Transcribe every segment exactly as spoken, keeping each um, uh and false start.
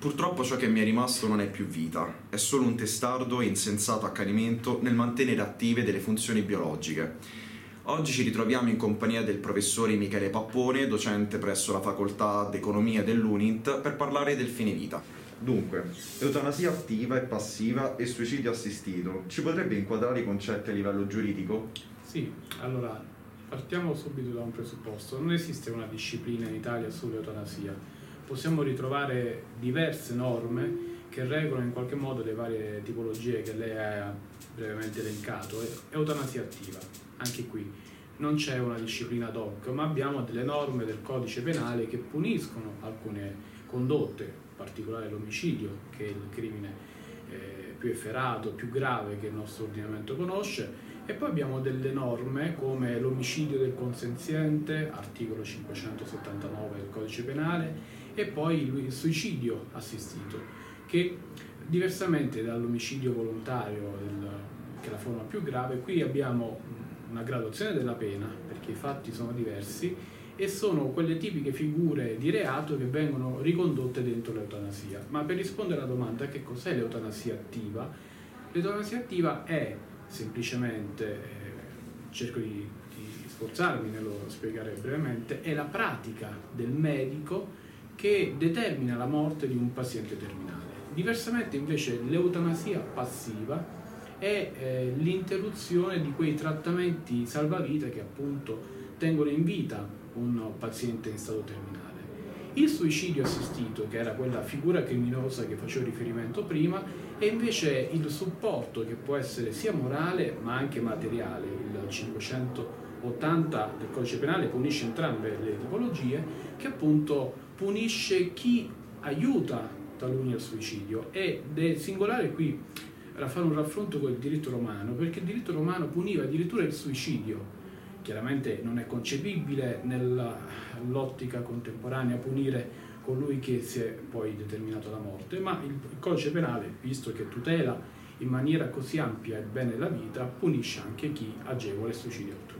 Purtroppo ciò che mi è rimasto non è più vita, è solo un testardo e insensato accanimento nel mantenere attive delle funzioni biologiche. Oggi ci ritroviamo in compagnia del professore Michele Pappone, docente presso la facoltà d'economia dell'U N I N T, per parlare del fine vita. Dunque, eutanasia attiva e passiva e suicidio assistito. Ci potrebbe inquadrare i concetti a livello giuridico? Sì, allora partiamo subito da un presupposto. Non esiste una disciplina in Italia sull'eutanasia. Possiamo ritrovare diverse norme che regolano in qualche modo le varie tipologie che lei ha brevemente elencato. Eutanasia attiva, anche qui non c'è una disciplina ad hoc, ma abbiamo delle norme del codice penale che puniscono alcune condotte, in particolare l'omicidio, che è il crimine eh, più efferato, più grave che il nostro ordinamento conosce, e poi abbiamo delle norme come l'omicidio del consenziente, articolo cinquecentosettantanove del codice penale, e poi il suicidio assistito, che diversamente dall'omicidio volontario, che è la forma più grave, qui abbiamo una graduazione della pena, perché i fatti sono diversi, e sono quelle tipiche figure di reato che vengono ricondotte dentro l'eutanasia. Ma per rispondere alla domanda che cos'è l'eutanasia attiva, l'eutanasia attiva è semplicemente, eh, cerco di, di sforzarmi nello spiegare brevemente, è la pratica del medico che determina la morte di un paziente terminale. Diversamente invece l'eutanasia passiva è eh, l'interruzione di quei trattamenti salvavita che appunto tengono in vita un paziente in stato terminale. Il suicidio assistito, che era quella figura criminosa che facevo riferimento prima, è invece il supporto che può essere sia morale ma anche materiale. Il cinquecentottanta del codice penale punisce entrambe le tipologie, che appunto punisce chi aiuta taluni al suicidio. Ed è singolare qui fare un raffronto con il diritto romano, perché il diritto romano puniva addirittura il suicidio. Chiaramente non è concepibile nell'ottica contemporanea punire colui che si è poi determinato la morte, ma il codice penale, visto che tutela in maniera così ampia il bene della vita, punisce anche chi agevola il suicidio altrui.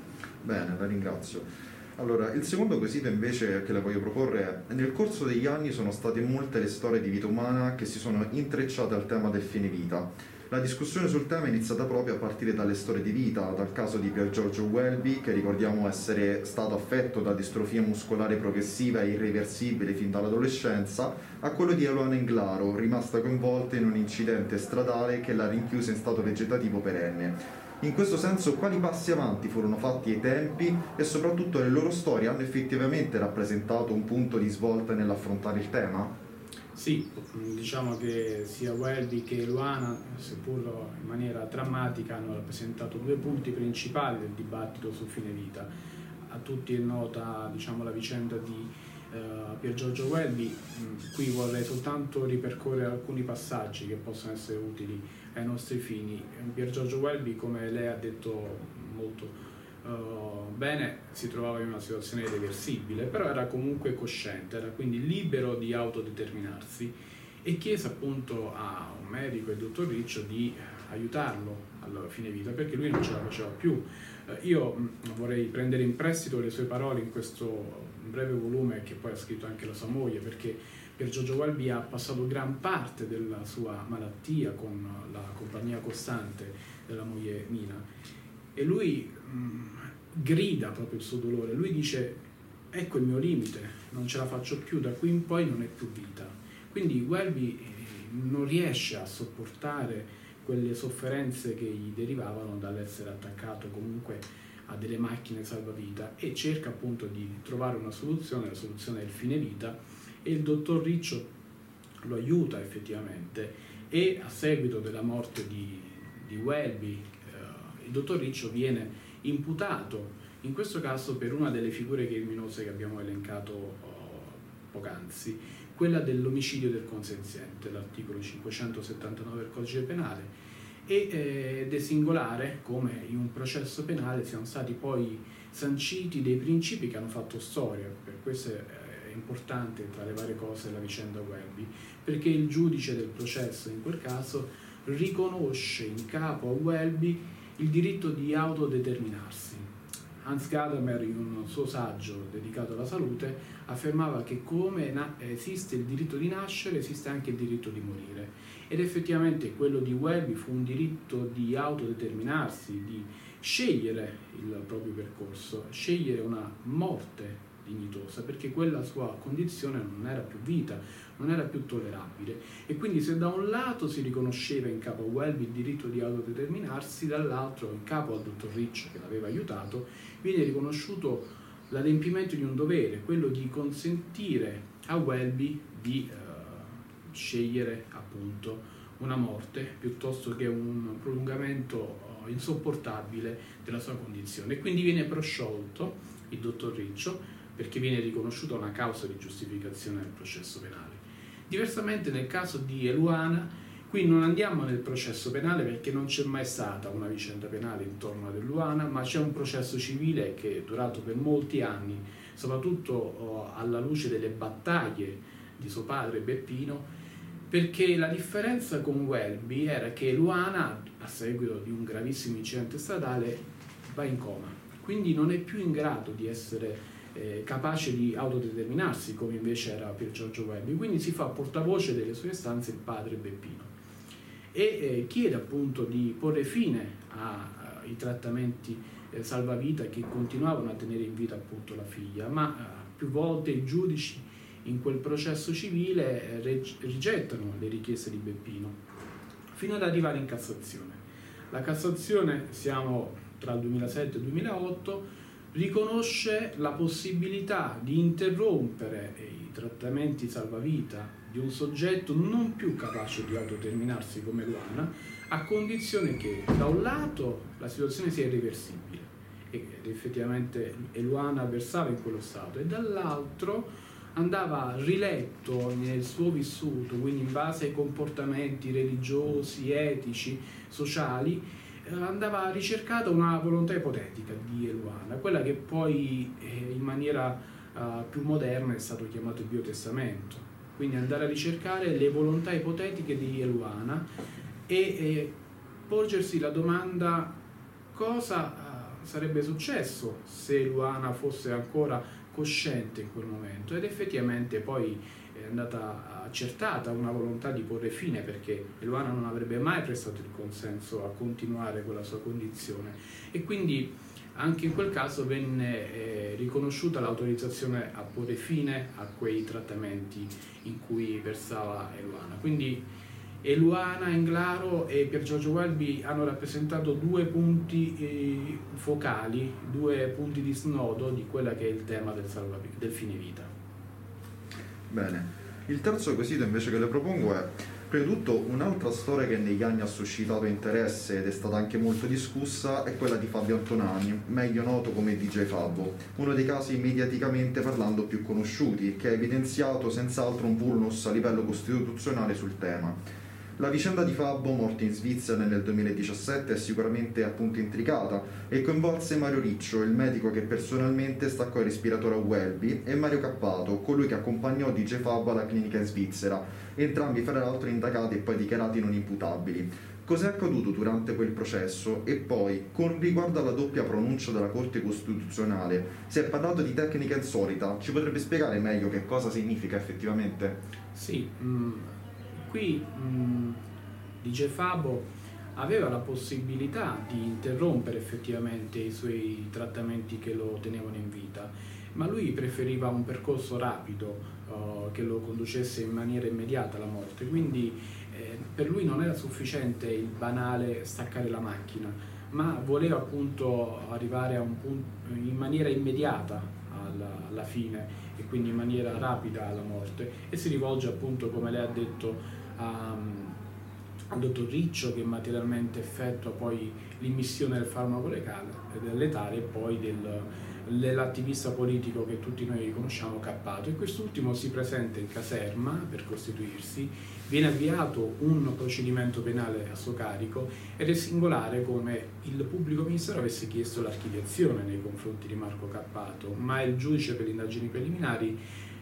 Bene, la ringrazio. Allora, il secondo quesito invece che le voglio proporre è: nel corso degli anni sono state molte le storie di vita umana che si sono intrecciate al tema del fine vita. La discussione sul tema è iniziata proprio a partire dalle storie di vita, dal caso di Pier Giorgio Welby, che ricordiamo essere stato affetto da distrofia muscolare progressiva e irreversibile fin dall'adolescenza, a quello di Eluana Englaro, rimasta coinvolta in un incidente stradale che l'ha rinchiusa in stato vegetativo perenne. In questo senso, quali passi avanti furono fatti ai tempi e soprattutto le loro storie hanno effettivamente rappresentato un punto di svolta nell'affrontare il tema? Sì, diciamo che sia Welby che Eluana, seppur in maniera drammatica, hanno rappresentato due punti principali del dibattito sul fine vita. A tutti è nota, diciamo, la vicenda di uh, Pier Giorgio Welby. Qui vorrei soltanto ripercorrere alcuni passaggi che possono essere utili ai nostri fini. Pier Giorgio Welby, come lei ha detto molto Uh, bene, si trovava in una situazione irreversibile, però era comunque cosciente, era quindi libero di autodeterminarsi, e chiese appunto a un medico, il dottor Riccio, di aiutarlo alla fine vita, perché lui non ce la faceva più. Uh, io mh, vorrei prendere in prestito le sue parole in questo breve volume che poi ha scritto anche la sua moglie, perché Pier Giorgio Welby ha passato gran parte della sua malattia con la compagnia costante della moglie Mina, e lui mh, grida proprio il suo dolore. Lui dice: ecco il mio limite, non ce la faccio più, da qui in poi non è più vita. Quindi Welby eh, non riesce a sopportare quelle sofferenze che gli derivavano dall'essere attaccato comunque a delle macchine salvavita, e cerca appunto di trovare una soluzione. La soluzione è il fine vita, e il dottor Riccio lo aiuta effettivamente, e a seguito della morte di, di Welby il dottor Riccio viene imputato, in questo caso per una delle figure criminose che abbiamo elencato oh, poc'anzi, quella dell'omicidio del consenziente, l'articolo cinquecentosettantanove del codice penale, e, eh, ed è singolare come in un processo penale siano stati poi sanciti dei principi che hanno fatto storia. Per questo è importante, tra le varie cose, la vicenda Welby, perché il giudice del processo in quel caso riconosce in capo a Welby il diritto di autodeterminarsi. Hans Gadamer, in un suo saggio dedicato alla salute, affermava che come na- esiste il diritto di nascere, esiste anche il diritto di morire. Ed effettivamente quello di Welby fu un diritto di autodeterminarsi, di scegliere il proprio percorso, scegliere una morte dignitosa, perché quella sua condizione non era più vita, non era più tollerabile. E quindi se da un lato si riconosceva in capo a Welby il diritto di autodeterminarsi, dall'altro in capo al dottor Riccio, che l'aveva aiutato, viene riconosciuto l'adempimento di un dovere, quello di consentire a Welby di eh, scegliere appunto una morte piuttosto che un prolungamento eh, insopportabile della sua condizione. E quindi viene prosciolto il dottor Riccio, perché viene riconosciuta una causa di giustificazione del processo penale. Diversamente nel caso di Eluana, qui non andiamo nel processo penale perché non c'è mai stata una vicenda penale intorno ad Eluana, ma c'è un processo civile che è durato per molti anni, soprattutto oh, alla luce delle battaglie di suo padre Beppino, perché la differenza con Welby era che Eluana, a seguito di un gravissimo incidente stradale, va in coma, quindi non è più in grado di essere eh, capace di autodeterminarsi come invece era Pier Giorgio Welby, quindi si fa portavoce delle sue istanze il padre Beppino e eh, chiede appunto di porre fine ai trattamenti eh, salvavita che continuavano a tenere in vita appunto la figlia, ma eh, più volte i giudici in quel processo civile eh, rigettano le richieste di Beppino fino ad arrivare in Cassazione. La Cassazione, siamo tra il duemilasette e il duemilaotto, riconosce la possibilità di interrompere i trattamenti salvavita di un soggetto non più capace di autodeterminarsi come Eluana, a condizione che da un lato la situazione sia irreversibile ed effettivamente Eluana versava in quello stato, e dall'altro andava riletto nel suo vissuto, quindi in base ai comportamenti religiosi, etici, sociali, andava ricercata una volontà ipotetica di Eluana, quella che poi eh, in maniera uh, più moderna è stato chiamato il biotestamento, quindi andare a ricercare le volontà ipotetiche di Eluana e eh, porgersi la domanda cosa uh, sarebbe successo se Eluana fosse ancora cosciente in quel momento, ed effettivamente poi è andata accertata una volontà di porre fine, perché Eluana non avrebbe mai prestato il consenso a continuare con la sua condizione, e quindi anche in quel caso venne eh, riconosciuta l'autorizzazione a porre fine a quei trattamenti in cui versava Eluana. Quindi Eluana, Englaro e Pier Giorgio Welby hanno rappresentato due punti eh, focali, due punti di snodo di quella che è il tema del, salvavita, del fine vita. Bene, il terzo quesito invece che le propongo è, prima di tutto, un'altra storia che negli anni ha suscitato interesse ed è stata anche molto discussa è quella di Fabio Antonani, meglio noto come D J Fabbo, uno dei casi mediaticamente parlando più conosciuti, che ha evidenziato senz'altro un vulnus a livello costituzionale sul tema. La vicenda di Fabbo, morto in Svizzera nel duemiladiciassette, è sicuramente appunto intricata e coinvolse Mario Riccio, il medico che personalmente staccò il respiratore a Welby, e Mario Cappato, colui che accompagnò D J Fabbo alla clinica in Svizzera, entrambi fra l'altro indagati e poi dichiarati non imputabili. Cos'è accaduto durante quel processo? E poi, con riguardo alla doppia pronuncia della Corte Costituzionale, si è parlato di tecnica insolita, ci potrebbe spiegare meglio che cosa significa effettivamente? Sì, mh, qui mh, D J Fabbo aveva la possibilità di interrompere effettivamente i suoi trattamenti che lo tenevano in vita, ma lui preferiva un percorso rapido uh, che lo conducesse in maniera immediata alla morte, quindi eh, per lui non era sufficiente il banale staccare la macchina, ma voleva appunto arrivare a un punto in maniera immediata alla, alla fine e quindi in maniera rapida alla morte, e si rivolge appunto, come lei ha detto, a, al dottor Riccio, che materialmente effettua poi l'immissione del farmaco legale, letale, e poi del, dell'attivista politico che tutti noi conosciamo, Cappato, e quest'ultimo si presenta in caserma per costituirsi, viene avviato un procedimento penale a suo carico, ed è singolare come il pubblico ministero avesse chiesto l'archiviazione nei confronti di Marco Cappato, ma il giudice per le indagini preliminari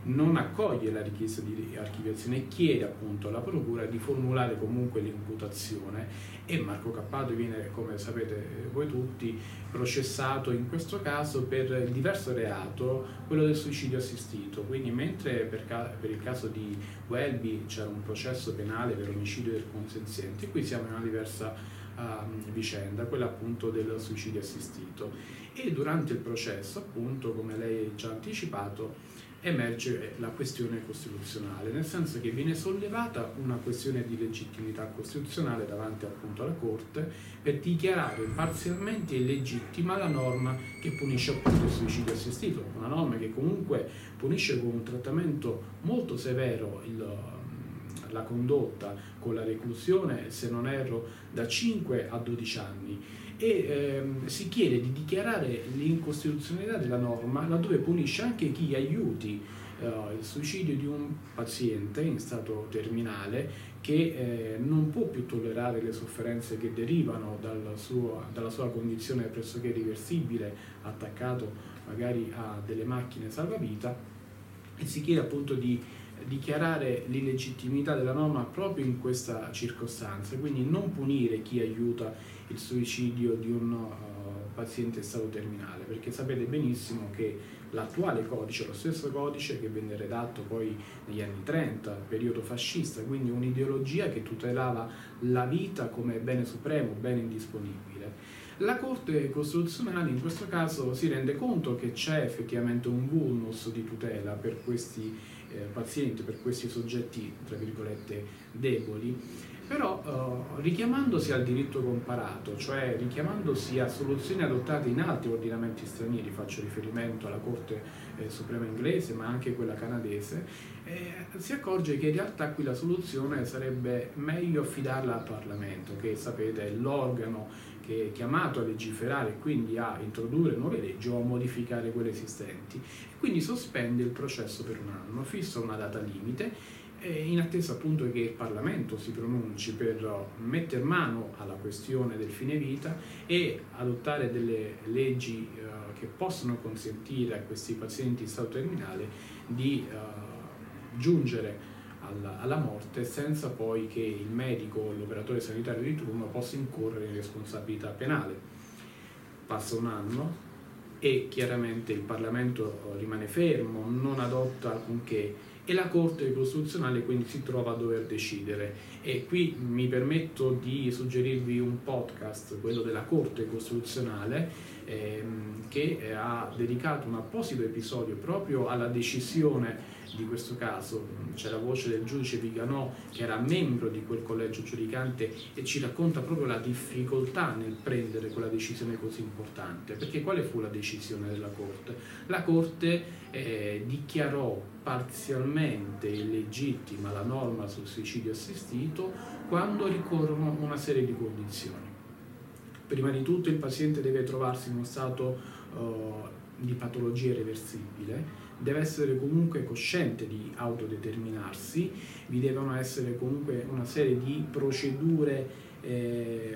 non accoglie la richiesta di archiviazione e chiede appunto alla procura di formulare comunque l'imputazione, e Marco Cappato viene, come sapete voi tutti, processato in questo caso per il diverso reato, quello del suicidio assistito. Quindi mentre per, ca- per il caso di Welby c'era un processo penale per omicidio del consenziente, qui siamo in una diversa uh, vicenda, quella appunto del suicidio assistito. E durante il processo, appunto, come lei ha già anticipato, emerge la questione costituzionale, nel senso che viene sollevata una questione di legittimità costituzionale davanti appunto alla Corte per dichiarare parzialmente illegittima la norma che punisce appunto il suicidio assistito, una norma che comunque punisce con un trattamento molto severo il, la condotta, con la reclusione, se non erro, da cinque a dodici anni. E ehm, si chiede di dichiarare l'incostituzionalità della norma laddove punisce anche chi aiuti eh, il suicidio di un paziente in stato terminale che eh, non può più tollerare le sofferenze che derivano dal suo, dalla sua condizione pressoché irreversibile, attaccato magari a delle macchine salvavita, e si chiede appunto di dichiarare l'illegittimità della norma proprio in questa circostanza, quindi non punire chi aiuta il suicidio di un uh, paziente in stato terminale, perché sapete benissimo che l'attuale codice, lo stesso codice che venne redatto poi negli anni trenta, periodo fascista, quindi un'ideologia che tutelava la vita come bene supremo, bene indisponibile. La Corte Costituzionale in questo caso si rende conto che c'è effettivamente un vulnus di tutela per questi eh, pazienti, per questi soggetti, tra virgolette, deboli, però eh, richiamandosi al diritto comparato, cioè richiamandosi a soluzioni adottate in altri ordinamenti stranieri, faccio riferimento alla Corte eh, Suprema inglese ma anche quella canadese, eh, si accorge che in realtà qui la soluzione sarebbe meglio affidarla al Parlamento, che sapete è l'organo che è chiamato a legiferare e quindi a introdurre nuove leggi o a modificare quelle esistenti, e quindi sospende il processo per un anno, fissa una data limite in attesa appunto che il Parlamento si pronunci per mettere mano alla questione del fine vita e adottare delle leggi uh, che possono consentire a questi pazienti in stato terminale di uh, giungere alla, alla morte senza poi che il medico o l'operatore sanitario di turno possa incorrere in responsabilità penale. Passa un anno e chiaramente il Parlamento rimane fermo, non adotta alcunché, e la Corte Costituzionale quindi si trova a dover decidere. E qui mi permetto di suggerirvi un podcast, quello della Corte Costituzionale, ehm, che ha dedicato un apposito episodio proprio alla decisione di questo caso. C'è la voce del giudice Viganò, che era membro di quel collegio giudicante, e ci racconta proprio la difficoltà nel prendere quella decisione così importante. Perché quale fu la decisione della Corte? La Corte eh, dichiarò parzialmente illegittima la norma sul suicidio assistito quando ricorrono una serie di condizioni. Prima di tutto il paziente deve trovarsi in uno stato uh, di patologia irreversibile, deve essere comunque cosciente di autodeterminarsi, vi devono essere comunque una serie di procedure eh,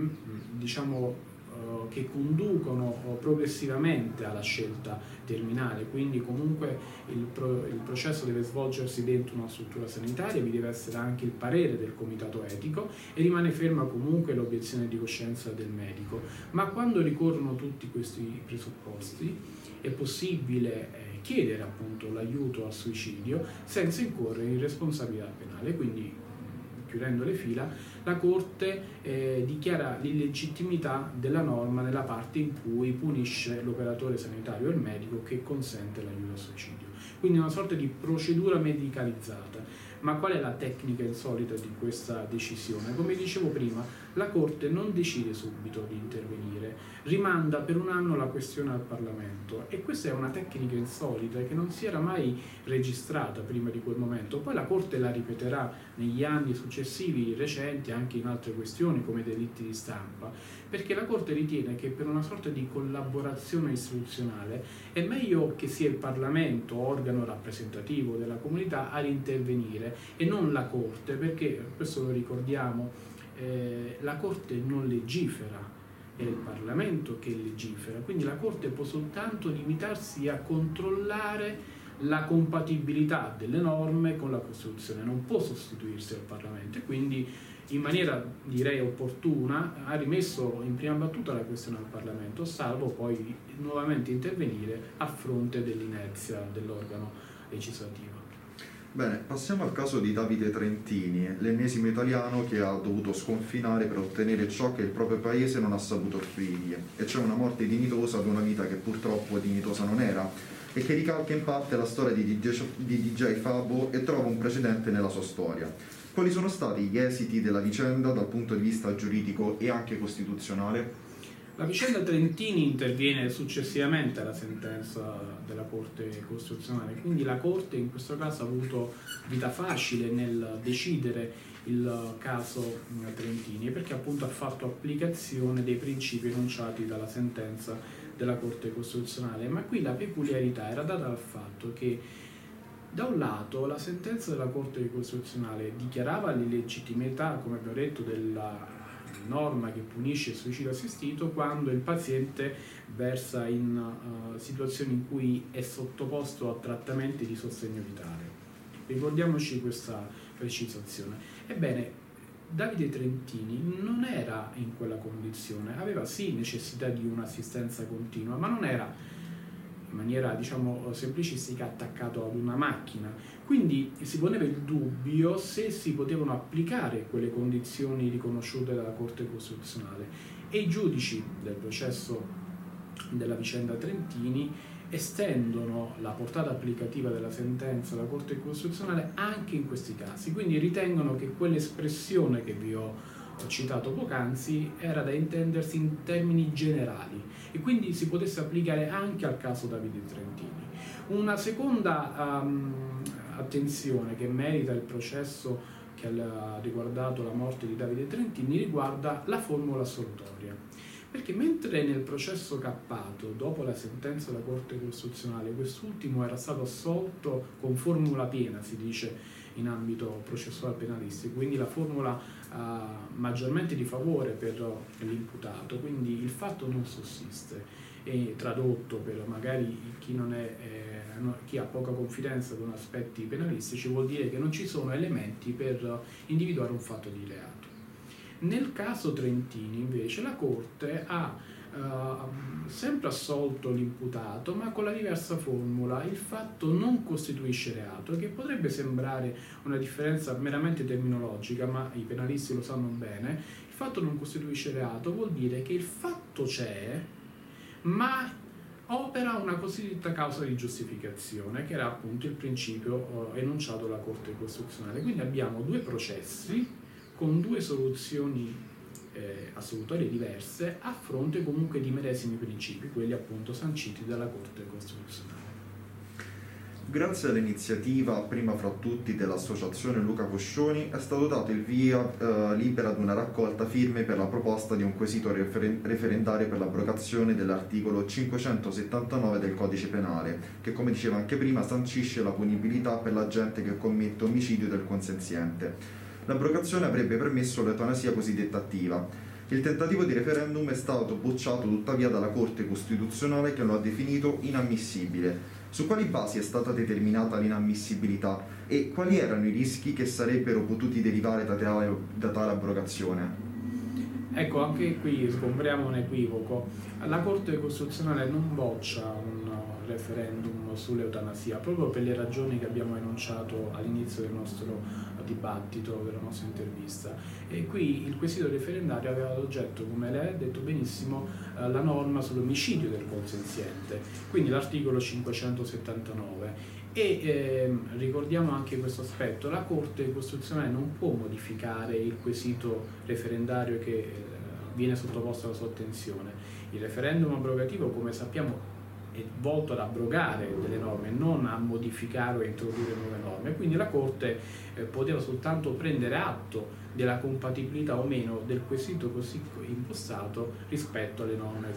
diciamo eh, che conducono progressivamente alla scelta terminale, quindi comunque il, pro, il processo deve svolgersi dentro una struttura sanitaria, vi deve essere anche il parere del comitato etico e rimane ferma comunque l'obiezione di coscienza del medico. Ma quando ricorrono tutti questi presupposti è possibile eh, chiedere appunto l'aiuto al suicidio senza incorrere in responsabilità penale. Quindi, chiudendo le fila, la Corte eh, dichiara l'illegittimità della norma nella parte in cui punisce l'operatore sanitario e il medico che consente l'aiuto al suicidio. Quindi una sorta di procedura medicalizzata. Ma qual è la tecnica insolita di questa decisione? Come dicevo prima, la Corte non decide subito di intervenire, rimanda per un anno la questione al Parlamento, e questa è una tecnica insolita che non si era mai registrata prima di quel momento. Poi la Corte la ripeterà negli anni successivi, recenti, anche in altre questioni come delitti di stampa, perché la Corte ritiene che per una sorta di collaborazione istituzionale è meglio che sia il Parlamento, organo rappresentativo della comunità, ad intervenire e non la Corte, perché, questo lo ricordiamo, eh, la Corte non legifera, è il Parlamento che legifera, quindi la Corte può soltanto limitarsi a controllare la compatibilità delle norme con la Costituzione, non può sostituirsi al Parlamento, e quindi in maniera direi opportuna ha rimesso in prima battuta la questione al Parlamento, salvo poi nuovamente intervenire a fronte dell'inerzia dell'organo legislativo. Bene, passiamo al caso di Davide Trentini, l'ennesimo italiano che ha dovuto sconfinare per ottenere ciò che il proprio paese non ha saputo offrirgli, e cioè una morte dignitosa ad una vita che purtroppo dignitosa non era, e che ricalca in parte la storia di D J, di D J Fabo e trova un precedente nella sua storia. Quali sono stati gli esiti della vicenda dal punto di vista giuridico e anche costituzionale? La vicenda Trentini interviene successivamente alla sentenza della Corte Costituzionale, quindi la Corte in questo caso ha avuto vita facile nel decidere il caso Trentini, perché appunto ha fatto applicazione dei principi enunciati dalla sentenza della Corte Costituzionale. Ma qui la peculiarità era data dal fatto che da un lato la sentenza della Corte Costituzionale dichiarava l'illegittimità, come abbiamo detto, della norma che punisce il suicidio assistito quando il paziente versa in uh, situazioni in cui è sottoposto a trattamenti di sostegno vitale. Ricordiamoci questa precisazione. Ebbene, Davide Trentini non era in quella condizione, aveva sì necessità di un'assistenza continua, ma non era in maniera diciamo semplicistica attaccato ad una macchina, quindi si poneva il dubbio se si potevano applicare quelle condizioni riconosciute dalla Corte Costituzionale, e i giudici del processo della vicenda Trentini estendono la portata applicativa della sentenza della Corte Costituzionale anche in questi casi, quindi ritengono che quell'espressione che vi ho ho citato poc'anzi era da intendersi in termini generali e quindi si potesse applicare anche al caso Davide Trentini. Una seconda um, attenzione che merita il processo che ha riguardato la morte di Davide Trentini riguarda la formula assolutoria, perché mentre nel processo Cappato, dopo la sentenza della Corte Costituzionale, quest'ultimo era stato assolto con formula piena, si dice in ambito processuale penalistico, quindi la formula uh, maggiormente di favore per l'imputato, quindi il fatto non sussiste, e tradotto per magari chi, non è, eh, no, chi ha poca confidenza con aspetti penalistici, vuol dire che non ci sono elementi per individuare un fatto di reato. Nel caso Trentini invece la Corte ha Uh, sempre assolto l'imputato, ma con la diversa formula: il fatto non costituisce reato, che potrebbe sembrare una differenza meramente terminologica, ma i penalisti lo sanno bene. Il fatto non costituisce reato vuol dire che il fatto c'è, ma opera una cosiddetta causa di giustificazione, che era appunto il principio uh, enunciato dalla Corte Costituzionale. Quindi abbiamo due processi con due soluzioni Eh, assolutorie diverse a fronte comunque di medesimi principi, quelli appunto sanciti dalla Corte Costituzionale. Grazie all'iniziativa, prima fra tutti, dell'associazione Luca Coscioni, è stato dato il via eh, libera ad una raccolta firme per la proposta di un quesito referen- referendario per l'abrogazione dell'articolo cinquecentosettantanove del Codice Penale, che, come diceva anche prima, sancisce la punibilità per l'agente che commette omicidio del consenziente. L'abrogazione avrebbe permesso l'eutanasia cosiddetta attiva. Il tentativo di referendum è stato bocciato tuttavia dalla Corte Costituzionale, che lo ha definito inammissibile. Su quali basi è stata determinata l'inammissibilità e quali erano i rischi che sarebbero potuti derivare da tale, da tale abrogazione? Ecco, anche qui sgombriamo un equivoco. La Corte Costituzionale non boccia un referendum sull'eutanasia proprio per le ragioni che abbiamo enunciato all'inizio del nostro dibattito, della nostra intervista. E qui il quesito referendario aveva ad oggetto, come lei ha detto benissimo, la norma sull'omicidio del consenziente, quindi l'articolo cinquecentosettantanove. E eh, ricordiamo anche questo aspetto: la Corte Costituzionale non può modificare il quesito referendario che eh, viene sottoposto alla sua attenzione. Il referendum abrogativo, come sappiamo, è volto ad abrogare delle norme, non a modificare o a introdurre nuove norme, quindi la Corte eh, poteva soltanto prendere atto della compatibilità o meno del quesito così impostato rispetto alle norme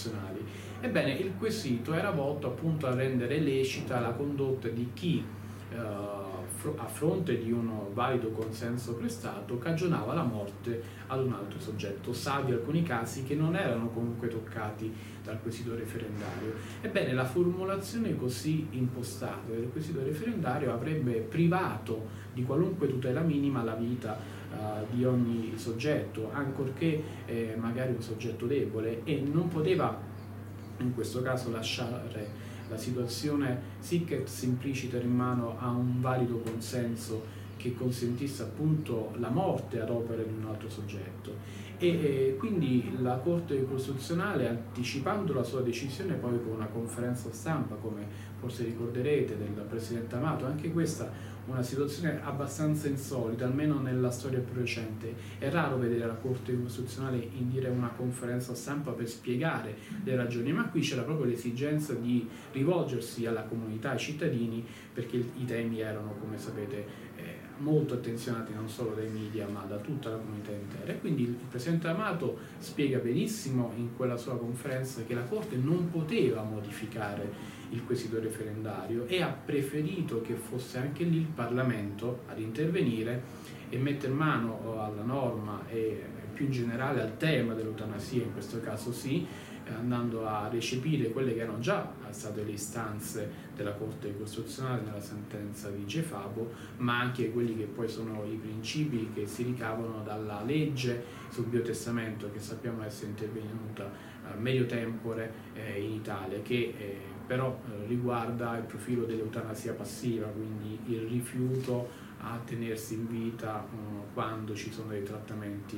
costituzionali. Ebbene, il quesito era volto appunto a rendere lecita la condotta di chi a fronte di un valido consenso prestato, cagionava la morte ad un altro soggetto, salvi alcuni casi che non erano comunque toccati dal quesito referendario. Ebbene, la formulazione così impostata del quesito referendario avrebbe privato di qualunque tutela minima la vita uh, di ogni soggetto, ancorché eh, magari un soggetto debole, e non poteva in questo caso lasciare la situazione sic et simpliciter in mano a un valido consenso che consentisse appunto la morte ad opera di un altro soggetto. E, e quindi la Corte Costituzionale, anticipando la sua decisione poi con una conferenza stampa, come forse ricorderete, del Presidente Amato, anche questa una situazione abbastanza insolita, almeno nella storia più recente. È raro vedere la Corte Costituzionale indire una conferenza stampa per spiegare le ragioni, ma qui c'era proprio l'esigenza di rivolgersi alla comunità, ai cittadini, perché i temi erano, come sapete, eh, molto attenzionati non solo dai media ma da tutta la comunità intera. E quindi il Presidente Amato spiega benissimo in quella sua conferenza che la Corte non poteva modificare il quesito referendario e ha preferito che fosse anche lì il Parlamento ad intervenire e mettere mano alla norma e più in generale al tema dell'eutanasia, in questo caso sì, andando a recepire quelle che erano già state le istanze della Corte Costituzionale nella sentenza di Gefabo, ma anche quelli che poi sono i principi che si ricavano dalla legge sul biotestamento, che sappiamo essere intervenuta a medio tempore eh, in Italia, che eh, però eh, riguarda il profilo dell'eutanasia passiva, quindi il rifiuto a tenersi in vita eh, quando ci sono dei trattamenti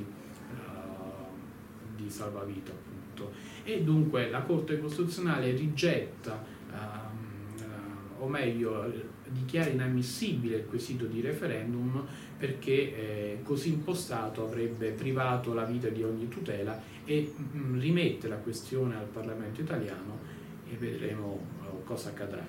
eh, di salvavita, appunto. E dunque la Corte Costituzionale rigetta, eh, o meglio dichiara inammissibile il quesito di referendum, perché eh, così impostato avrebbe privato la vita di ogni tutela, e mh, rimette la questione al Parlamento italiano e vedremo cosa accadrà.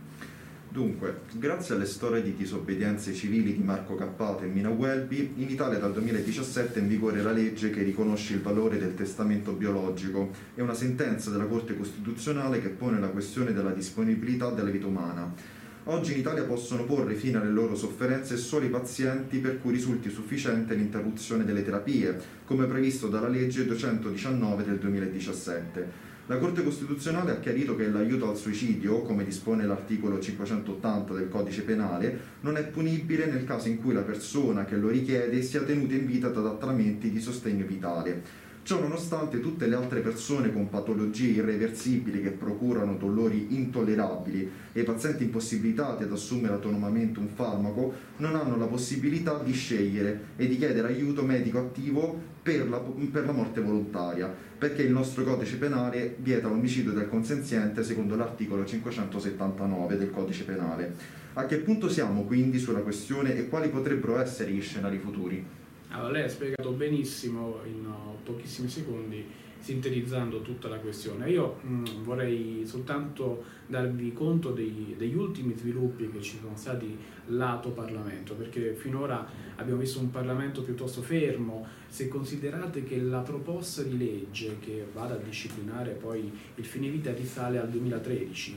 Dunque, grazie alle storie di disobbedienze civili di Marco Cappato e Mina Welby, in Italia dal duemiladiciassette è in vigore la legge che riconosce il valore del testamento biologico e una sentenza della Corte Costituzionale che pone la questione della disponibilità della vita umana. Oggi in Italia possono porre fine alle loro sofferenze solo i pazienti per cui risulti sufficiente l'interruzione delle terapie, come previsto dalla legge duecentodiciannove del duemiladiciassette. La Corte Costituzionale ha chiarito che l'aiuto al suicidio, come dispone l'articolo cinquecentottanta del Codice Penale, non è punibile nel caso in cui la persona che lo richiede sia tenuta in vita da trattamenti di sostegno vitale. Ciò nonostante tutte le altre persone con patologie irreversibili che procurano dolori intollerabili e i pazienti impossibilitati ad assumere autonomamente un farmaco non hanno la possibilità di scegliere e di chiedere aiuto medico attivo per la, per la morte volontaria, perché il nostro codice penale vieta l'omicidio del consenziente secondo l'articolo cinquecentosettantanove del Codice Penale. A che punto siamo quindi sulla questione e quali potrebbero essere gli scenari futuri? Allora, lei ha spiegato benissimo in pochissimi secondi, sintetizzando tutta la questione. Io mh, vorrei soltanto darvi conto dei, degli ultimi sviluppi che ci sono stati lato Parlamento, perché finora abbiamo visto un Parlamento piuttosto fermo. Se considerate che la proposta di legge che vada a disciplinare poi il fine vita risale al duemilatredici,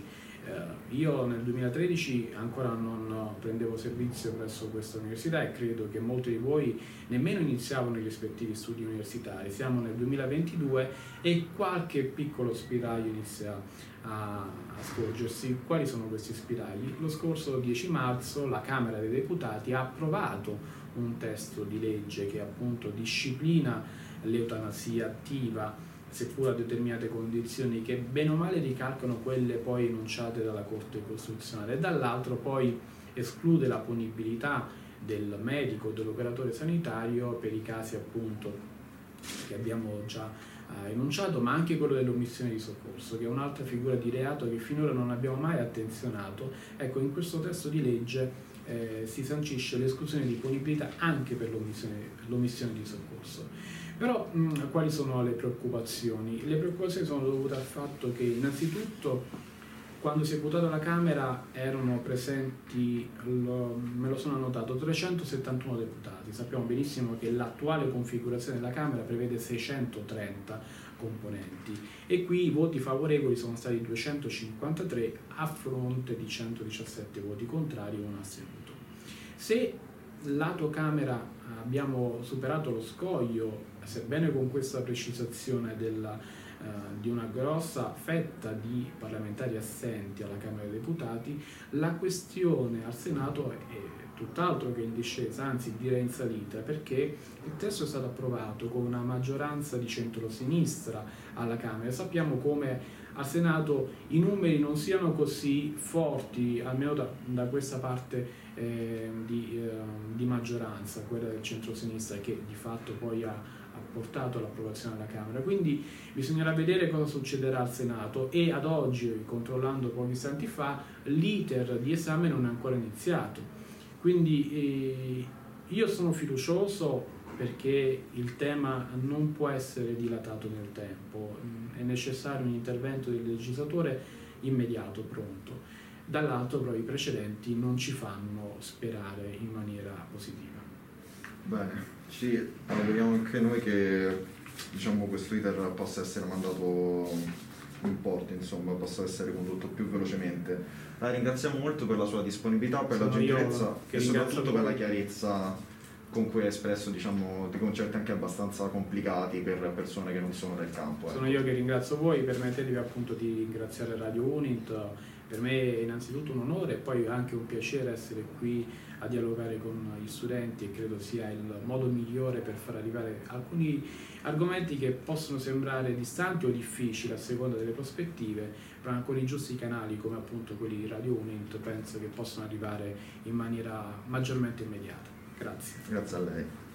io nel duemilatredici ancora non prendevo servizio presso questa università e credo che molti di voi nemmeno iniziavano i rispettivi studi universitari. Siamo nel duemilaventidue e qualche piccolo spiraglio inizia a, a scorgersi. Quali sono questi spiragli? Lo scorso dieci marzo la Camera dei Deputati ha approvato un testo di legge che appunto disciplina l'eutanasia attiva, seppur a determinate condizioni, che bene o male ricalcano quelle poi enunciate dalla Corte Costituzionale, e dall'altro poi esclude la punibilità del medico o dell'operatore sanitario per i casi appunto che abbiamo già eh, enunciato, ma anche quello dell'omissione di soccorso, che è un'altra figura di reato che finora non abbiamo mai attenzionato. Ecco, in questo testo di legge eh, si sancisce l'esclusione di punibilità anche per l'omissione, l'omissione di soccorso. Però mh, quali sono le preoccupazioni? Le preoccupazioni sono dovute al fatto che innanzitutto quando si è votato alla Camera erano presenti, lo, me lo sono annotato, trecentosettantuno deputati. Sappiamo benissimo che l'attuale configurazione della Camera prevede seicentotrenta componenti, e qui i voti favorevoli sono stati duecentocinquantatré a fronte di centodiciassette voti contrari e un astenuto. Se lato Camera abbiamo superato lo scoglio, sebbene con questa precisazione della, eh, di una grossa fetta di parlamentari assenti alla Camera dei Deputati, la questione al Senato è tutt'altro che in discesa, anzi direi in salita, perché il testo è stato approvato con una maggioranza di centrosinistra alla Camera. Sappiamo come al Senato i numeri non siano così forti, almeno da, da questa parte eh, di, eh, di maggioranza, quella del centrosinistra, che di fatto poi ha, ha portato all'approvazione alla Camera. Quindi bisognerà vedere cosa succederà al Senato, e ad oggi, controllando pochi istanti fa, l'iter di esame non è ancora iniziato. Quindi eh, io sono fiducioso, perché il tema non può essere dilatato nel tempo, è necessario un intervento del legislatore immediato, pronto. Dall'altro però i precedenti non ci fanno sperare in maniera positiva. Bene, ci auguriamo anche noi che, diciamo, questo iter possa essere mandato in porto, insomma, possa essere condotto più velocemente. La ringraziamo molto per la sua disponibilità, per Sono la gentilezza e soprattutto per la voi. chiarezza con cui ha espresso, diciamo, di concetti anche abbastanza complicati per persone che non sono del campo. Sono ecco. io che ringrazio voi, permettetevi appunto di ringraziare Radio Unint. Per me è innanzitutto un onore e poi anche un piacere essere qui a dialogare con gli studenti, e credo sia il modo migliore per far arrivare alcuni argomenti che possono sembrare distanti o difficili a seconda delle prospettive, però con i giusti canali come appunto quelli di Radio Unint penso che possono arrivare in maniera maggiormente immediata. Grazie. Grazie a lei.